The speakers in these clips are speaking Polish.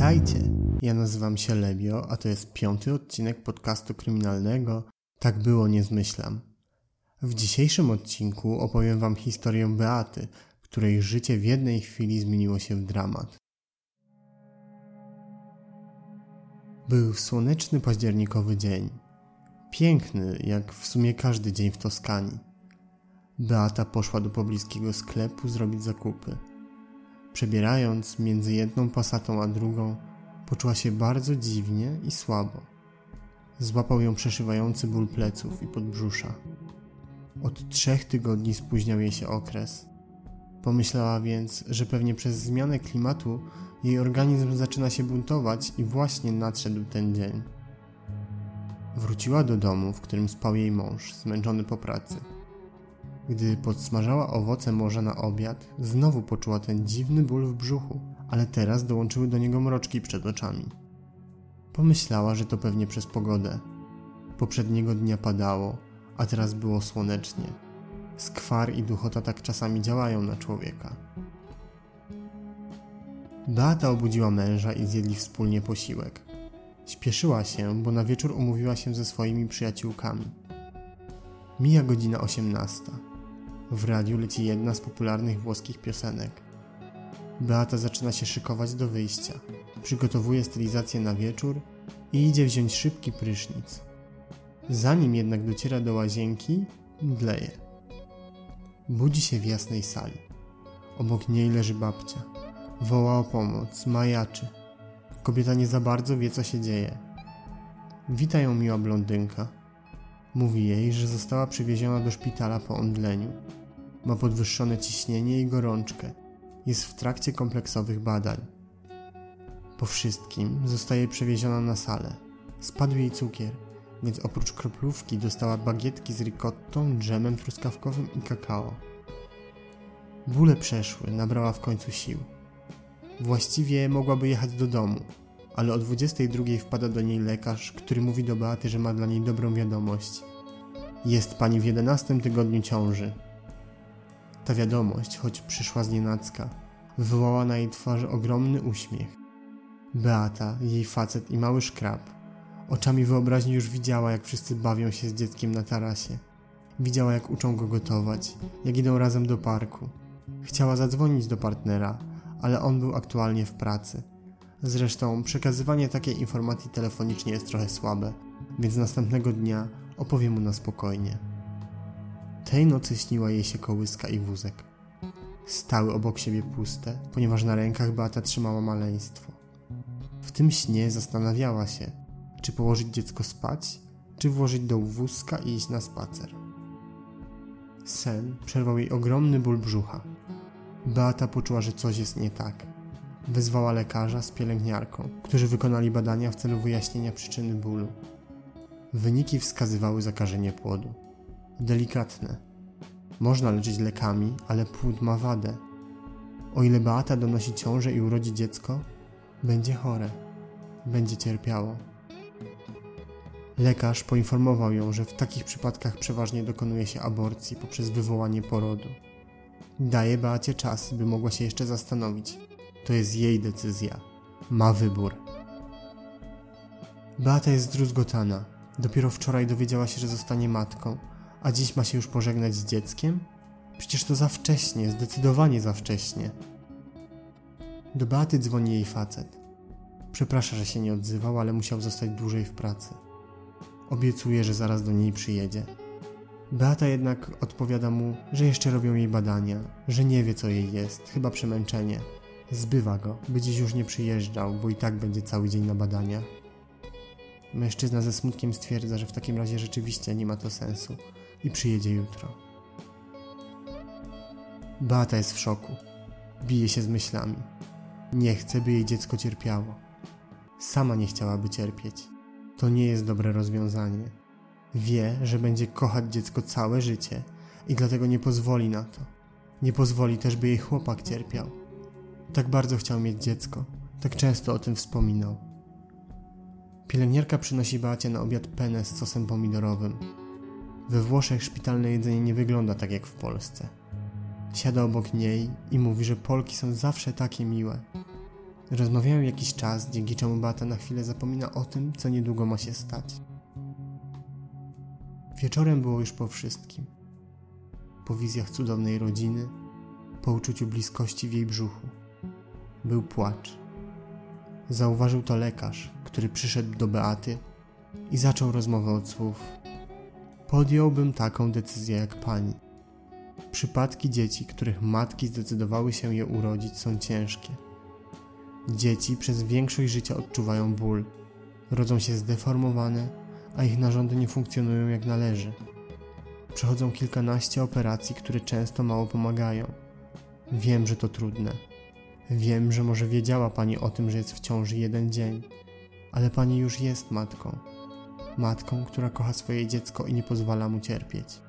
Witajcie, ja nazywam się Lebio, a to jest 5. odcinek podcastu kryminalnego Tak było, nie zmyślam. W dzisiejszym odcinku opowiem wam historię Beaty, której życie w jednej chwili zmieniło się w dramat. Był słoneczny październikowy dzień. Piękny, jak w sumie każdy dzień w Toskanii. Beata poszła do pobliskiego sklepu zrobić zakupy. Przebierając między jedną Passatą a drugą, poczuła się bardzo dziwnie i słabo. Złapał ją przeszywający ból pleców i podbrzusza. Od 3 tygodni spóźniał jej się okres. Pomyślała więc, że pewnie przez zmianę klimatu jej organizm zaczyna się buntować i właśnie nadszedł ten dzień. Wróciła do domu, w którym spał jej mąż, zmęczony po pracy. Gdy podsmażała owoce morza na obiad, znowu poczuła ten dziwny ból w brzuchu, ale teraz dołączyły do niego mroczki przed oczami. Pomyślała, że to pewnie przez pogodę. Poprzedniego dnia padało, a teraz było słonecznie. Skwar i duchota tak czasami działają na człowieka. Beata obudziła męża i zjedli wspólnie posiłek. Śpieszyła się, bo na wieczór umówiła się ze swoimi przyjaciółkami. Mija godzina 18. W radiu leci jedna z popularnych włoskich piosenek. Beata zaczyna się szykować do wyjścia. Przygotowuje stylizację na wieczór i idzie wziąć szybki prysznic. Zanim jednak dociera do łazienki, mdleje. Budzi się w jasnej sali. Obok niej leży babcia. Woła o pomoc, majaczy. Kobieta nie za bardzo wie, co się dzieje. Wita ją miła blondynka. Mówi jej, że została przywieziona do szpitala po omdleniu. Ma podwyższone ciśnienie i gorączkę. Jest w trakcie kompleksowych badań. Po wszystkim zostaje przewieziona na salę. Spadł jej cukier, więc oprócz kroplówki dostała bagietki z ricottą, dżemem truskawkowym i kakao. Bóle przeszły, nabrała w końcu sił. Właściwie mogłaby jechać do domu, ale o 22 wpada do niej lekarz, który mówi do Beaty, że ma dla niej dobrą wiadomość. Jest pani w 11 tygodniu ciąży. Ta wiadomość, choć przyszła znienacka, wywołała na jej twarzy ogromny uśmiech. Beata, jej facet i mały szkrab, oczami wyobraźni już widziała, jak wszyscy bawią się z dzieckiem na tarasie. Widziała, jak uczą go gotować, jak idą razem do parku. Chciała zadzwonić do partnera, ale on był aktualnie w pracy. Zresztą przekazywanie takiej informacji telefonicznie jest trochę słabe, więc następnego dnia opowie mu na spokojnie. Tej nocy śniła jej się kołyska i wózek. Stały obok siebie puste, ponieważ na rękach Beata trzymała maleństwo. W tym śnie zastanawiała się, czy położyć dziecko spać, czy włożyć do wózka i iść na spacer. Sen przerwał jej ogromny ból brzucha. Beata poczuła, że coś jest nie tak. Wezwała lekarza z pielęgniarką, którzy wykonali badania w celu wyjaśnienia przyczyny bólu. Wyniki wskazywały zakażenie płodu. Delikatne. Można leczyć lekami, ale płód ma wadę. O ile Beata donosi ciążę i urodzi dziecko, będzie chore. Będzie cierpiało. Lekarz poinformował ją, że w takich przypadkach przeważnie dokonuje się aborcji poprzez wywołanie porodu. Daje Beacie czas, by mogła się jeszcze zastanowić. To jest jej decyzja. Ma wybór. Beata jest zdruzgotana. Dopiero wczoraj dowiedziała się, że zostanie matką, a dziś ma się już pożegnać z dzieckiem? Przecież to za wcześnie, zdecydowanie za wcześnie. Do Beaty dzwoni jej facet. Przeprasza, że się nie odzywał, ale musiał zostać dłużej w pracy. Obiecuje, że zaraz do niej przyjedzie. Beata jednak odpowiada mu, że jeszcze robią jej badania, że nie wie, co jej jest, chyba przemęczenie. Zbywa go, by dziś już nie przyjeżdżał, bo i tak będzie cały dzień na badaniach. Mężczyzna ze smutkiem stwierdza, że w takim razie rzeczywiście nie ma to sensu i przyjedzie jutro. Beata jest w szoku. Bije się z myślami. Nie chce, by jej dziecko cierpiało. Sama nie chciałaby cierpieć. To nie jest dobre rozwiązanie. Wie, że będzie kochać dziecko całe życie i dlatego nie pozwoli na to. Nie pozwoli też, by jej chłopak cierpiał. Tak bardzo chciał mieć dziecko. Tak często o tym wspominał. Pielęgniarka przynosi Beacie na obiad penne z sosem pomidorowym. We Włoszech szpitalne jedzenie nie wygląda tak jak w Polsce. Siada obok niej i mówi, że Polki są zawsze takie miłe. Rozmawiają jakiś czas, dzięki czemu Beata na chwilę zapomina o tym, co niedługo ma się stać. Wieczorem było już po wszystkim. Po wizjach cudownej rodziny, po uczuciu bliskości w jej brzuchu. Był płacz. Zauważył to lekarz, który przyszedł do Beaty i zaczął rozmowę od słów: podjąłbym taką decyzję jak pani. Przypadki dzieci, których matki zdecydowały się je urodzić, są ciężkie. Dzieci przez większość życia odczuwają ból, rodzą się zdeformowane, a ich narządy nie funkcjonują jak należy. Przechodzą kilkanaście operacji, które często mało pomagają. Wiem, że to trudne. Wiem, że może wiedziała pani o tym, że jest w ciąży 1 dzień, ale pani już jest matką. Matką, która kocha swoje dziecko i nie pozwala mu cierpieć.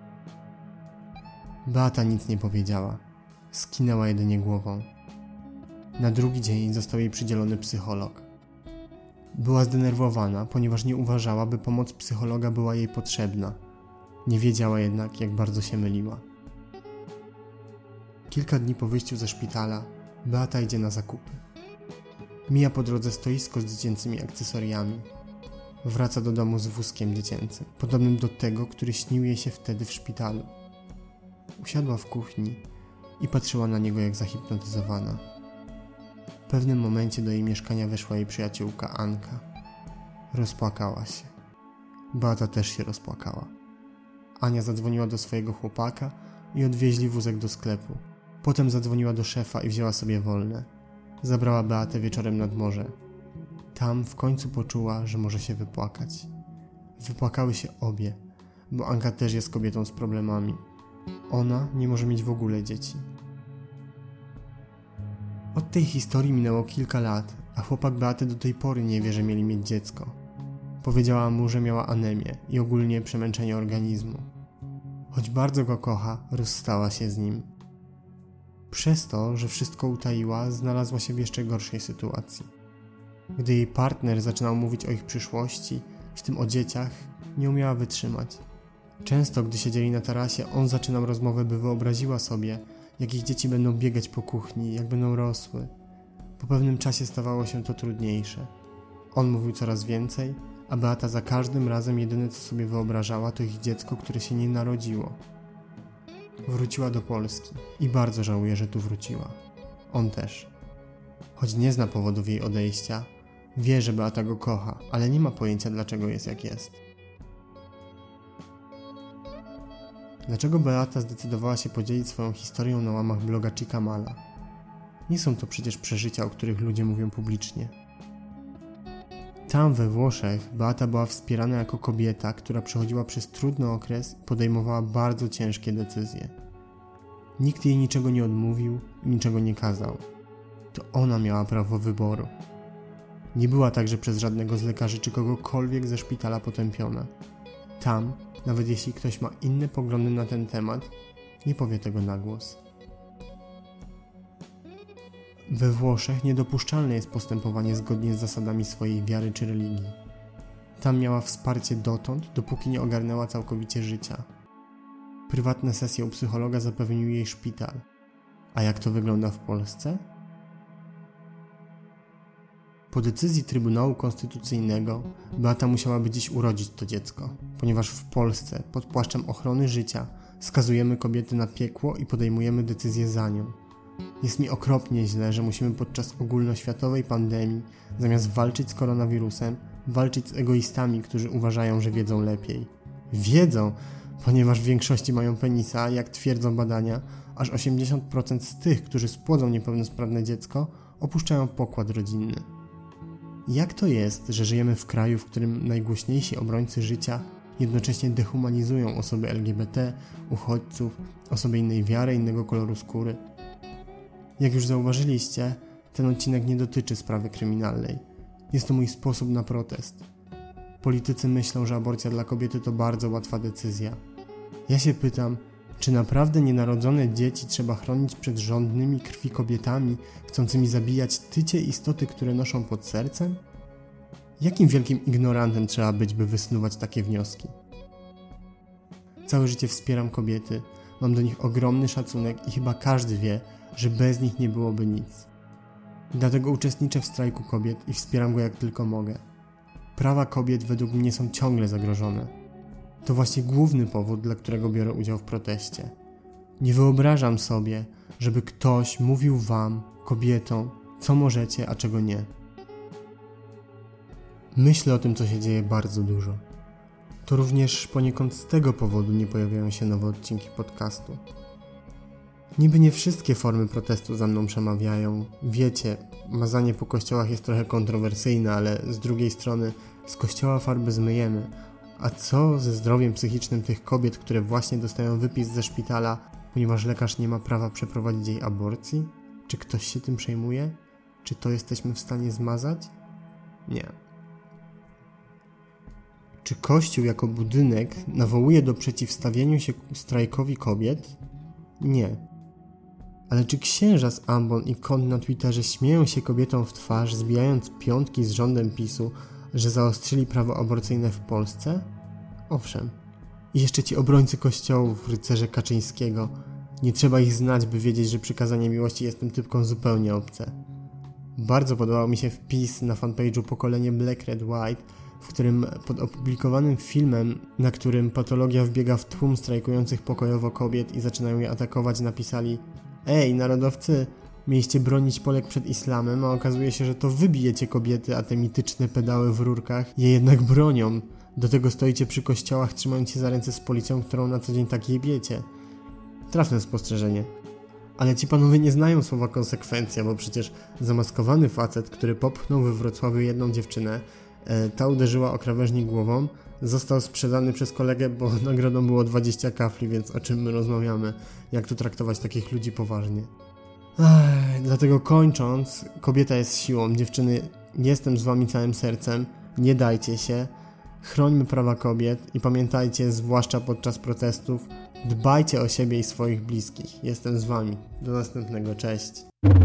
Beata nic nie powiedziała. Skinęła jedynie głową. Na drugi dzień został jej przydzielony psycholog. Była zdenerwowana, ponieważ nie uważała, by pomoc psychologa była jej potrzebna. Nie wiedziała jednak, jak bardzo się myliła. Kilka dni po wyjściu ze szpitala Beata idzie na zakupy. Mija po drodze stoisko z dziecięcymi akcesoriami. Wraca do domu z wózkiem dziecięcym, podobnym do tego, który śnił jej się wtedy w szpitalu. Usiadła w kuchni i patrzyła na niego jak zahipnotyzowana. W pewnym momencie do jej mieszkania weszła jej przyjaciółka Anka. Rozpłakała się. Beata też się rozpłakała. Ania zadzwoniła do swojego chłopaka i odwieźli wózek do sklepu. Potem zadzwoniła do szefa i wzięła sobie wolne. Zabrała Beatę wieczorem nad morze. Tam w końcu poczuła, że może się wypłakać. Wypłakały się obie, bo Anka też jest kobietą z problemami. Ona nie może mieć w ogóle dzieci. Od tej historii minęło kilka lat, a chłopak Beaty do tej pory nie wie, że mieli mieć dziecko. Powiedziała mu, że miała anemię i ogólnie przemęczenie organizmu. Choć bardzo go kocha, rozstała się z nim. Przez to, że wszystko utaiła, znalazła się w jeszcze gorszej sytuacji. Gdy jej partner zaczynał mówić o ich przyszłości, w tym o dzieciach, nie umiała wytrzymać. Często, gdy siedzieli na tarasie, on zaczynał rozmowę, by wyobraziła sobie, jak ich dzieci będą biegać po kuchni, jak będą rosły. Po pewnym czasie stawało się to trudniejsze. On mówił coraz więcej, a Beata za każdym razem jedyne co sobie wyobrażała, to ich dziecko, które się nie narodziło. Wróciła do Polski i bardzo żałuje, że tu wróciła. On też. Choć nie zna powodów jej odejścia, wie, że Beata go kocha, ale nie ma pojęcia, dlaczego jest jak jest. Dlaczego Beata zdecydowała się podzielić swoją historią na łamach bloga Chikamala? Nie są to przecież przeżycia, o których ludzie mówią publicznie. Tam we Włoszech Beata była wspierana jako kobieta, która przechodziła przez trudny okres i podejmowała bardzo ciężkie decyzje. Nikt jej niczego nie odmówił i niczego nie kazał. To ona miała prawo wyboru. Nie była także przez żadnego z lekarzy czy kogokolwiek ze szpitala potępiona. Tam, nawet jeśli ktoś ma inne poglądy na ten temat, nie powie tego na głos. We Włoszech niedopuszczalne jest postępowanie zgodnie z zasadami swojej wiary czy religii. Tam miała wsparcie dotąd, dopóki nie ogarnęła całkowicie życia. Prywatne sesje u psychologa zapewnił jej szpital. A jak to wygląda w Polsce? Po decyzji Trybunału Konstytucyjnego Beata musiałaby dziś urodzić to dziecko, ponieważ w Polsce pod płaszczem ochrony życia skazujemy kobiety na piekło i podejmujemy decyzje za nią. Jest mi okropnie źle, że musimy podczas ogólnoświatowej pandemii, zamiast walczyć z koronawirusem, walczyć z egoistami, którzy uważają, że wiedzą lepiej. Wiedzą, ponieważ w większości mają penisa, jak twierdzą badania, aż 80% z tych, którzy spłodzą niepełnosprawne dziecko, opuszczają pokład rodzinny. Jak to jest, że żyjemy w kraju, w którym najgłośniejsi obrońcy życia jednocześnie dehumanizują osoby LGBT, uchodźców, osoby innej wiary, innego koloru skóry? Jak już zauważyliście, ten odcinek nie dotyczy sprawy kryminalnej. Jest to mój sposób na protest. Politycy myślą, że aborcja dla kobiety to bardzo łatwa decyzja. Ja się pytam, czy naprawdę nienarodzone dzieci trzeba chronić przed żądnymi krwi kobietami, chcącymi zabijać tycie istoty, które noszą pod sercem? Jakim wielkim ignorantem trzeba być, by wysnuwać takie wnioski? Całe życie wspieram kobiety, mam do nich ogromny szacunek i chyba każdy wie, że bez nich nie byłoby nic. Dlatego uczestniczę w strajku kobiet i wspieram go jak tylko mogę. Prawa kobiet według mnie są ciągle zagrożone. To właśnie główny powód, dla którego biorę udział w proteście. Nie wyobrażam sobie, żeby ktoś mówił wam, kobietom, co możecie, a czego nie. Myślę o tym, co się dzieje, bardzo dużo. To również poniekąd z tego powodu nie pojawiają się nowe odcinki podcastu. Niby nie wszystkie formy protestu za mną przemawiają. Wiecie, mazanie po kościołach jest trochę kontrowersyjne, ale z drugiej strony z kościoła farby zmyjemy. A co ze zdrowiem psychicznym tych kobiet, które właśnie dostają wypis ze szpitala, ponieważ lekarz nie ma prawa przeprowadzić jej aborcji? Czy ktoś się tym przejmuje? Czy to jesteśmy w stanie zmazać? Nie. Czy Kościół jako budynek nawołuje do przeciwstawienia się strajkowi kobiet? Nie. Ale czy księża z ambon i kont na Twitterze śmieją się kobietom w twarz, zbijając piątki z rządem PiS-u, że zaostrzyli prawo aborcyjne w Polsce? Owszem. I jeszcze ci obrońcy kościołów, rycerze Kaczyńskiego. Nie trzeba ich znać, by wiedzieć, że przykazanie miłości jest tym typkom zupełnie obce. Bardzo podobał mi się wpis na fanpage'u Pokolenie Black Red White, w którym pod opublikowanym filmem, na którym patologia wbiega w tłum strajkujących pokojowo kobiet i zaczynają je atakować, napisali: Ej, narodowcy, mieliście bronić Polek przed islamem, a okazuje się, że to wy bijecie kobiety, a te mityczne pedały w rurkach je jednak bronią. Do tego stoicie przy kościołach, trzymając się za ręce z policją, którą na co dzień tak jebiecie. Trafne spostrzeżenie. Ale ci panowie nie znają słowa konsekwencja, bo przecież zamaskowany facet, który popchnął we Wrocławiu jedną dziewczynę, ta uderzyła o krawężnik głową, został sprzedany przez kolegę, bo nagrodą było 20 kafli, więc o czym my rozmawiamy? Jak tu traktować takich ludzi poważnie? Dlatego kończąc, kobieta jest siłą. Dziewczyny, jestem z wami całym sercem, nie dajcie się, chrońmy prawa kobiet i pamiętajcie, zwłaszcza podczas protestów, dbajcie o siebie i swoich bliskich. Jestem z wami. Do następnego, cześć.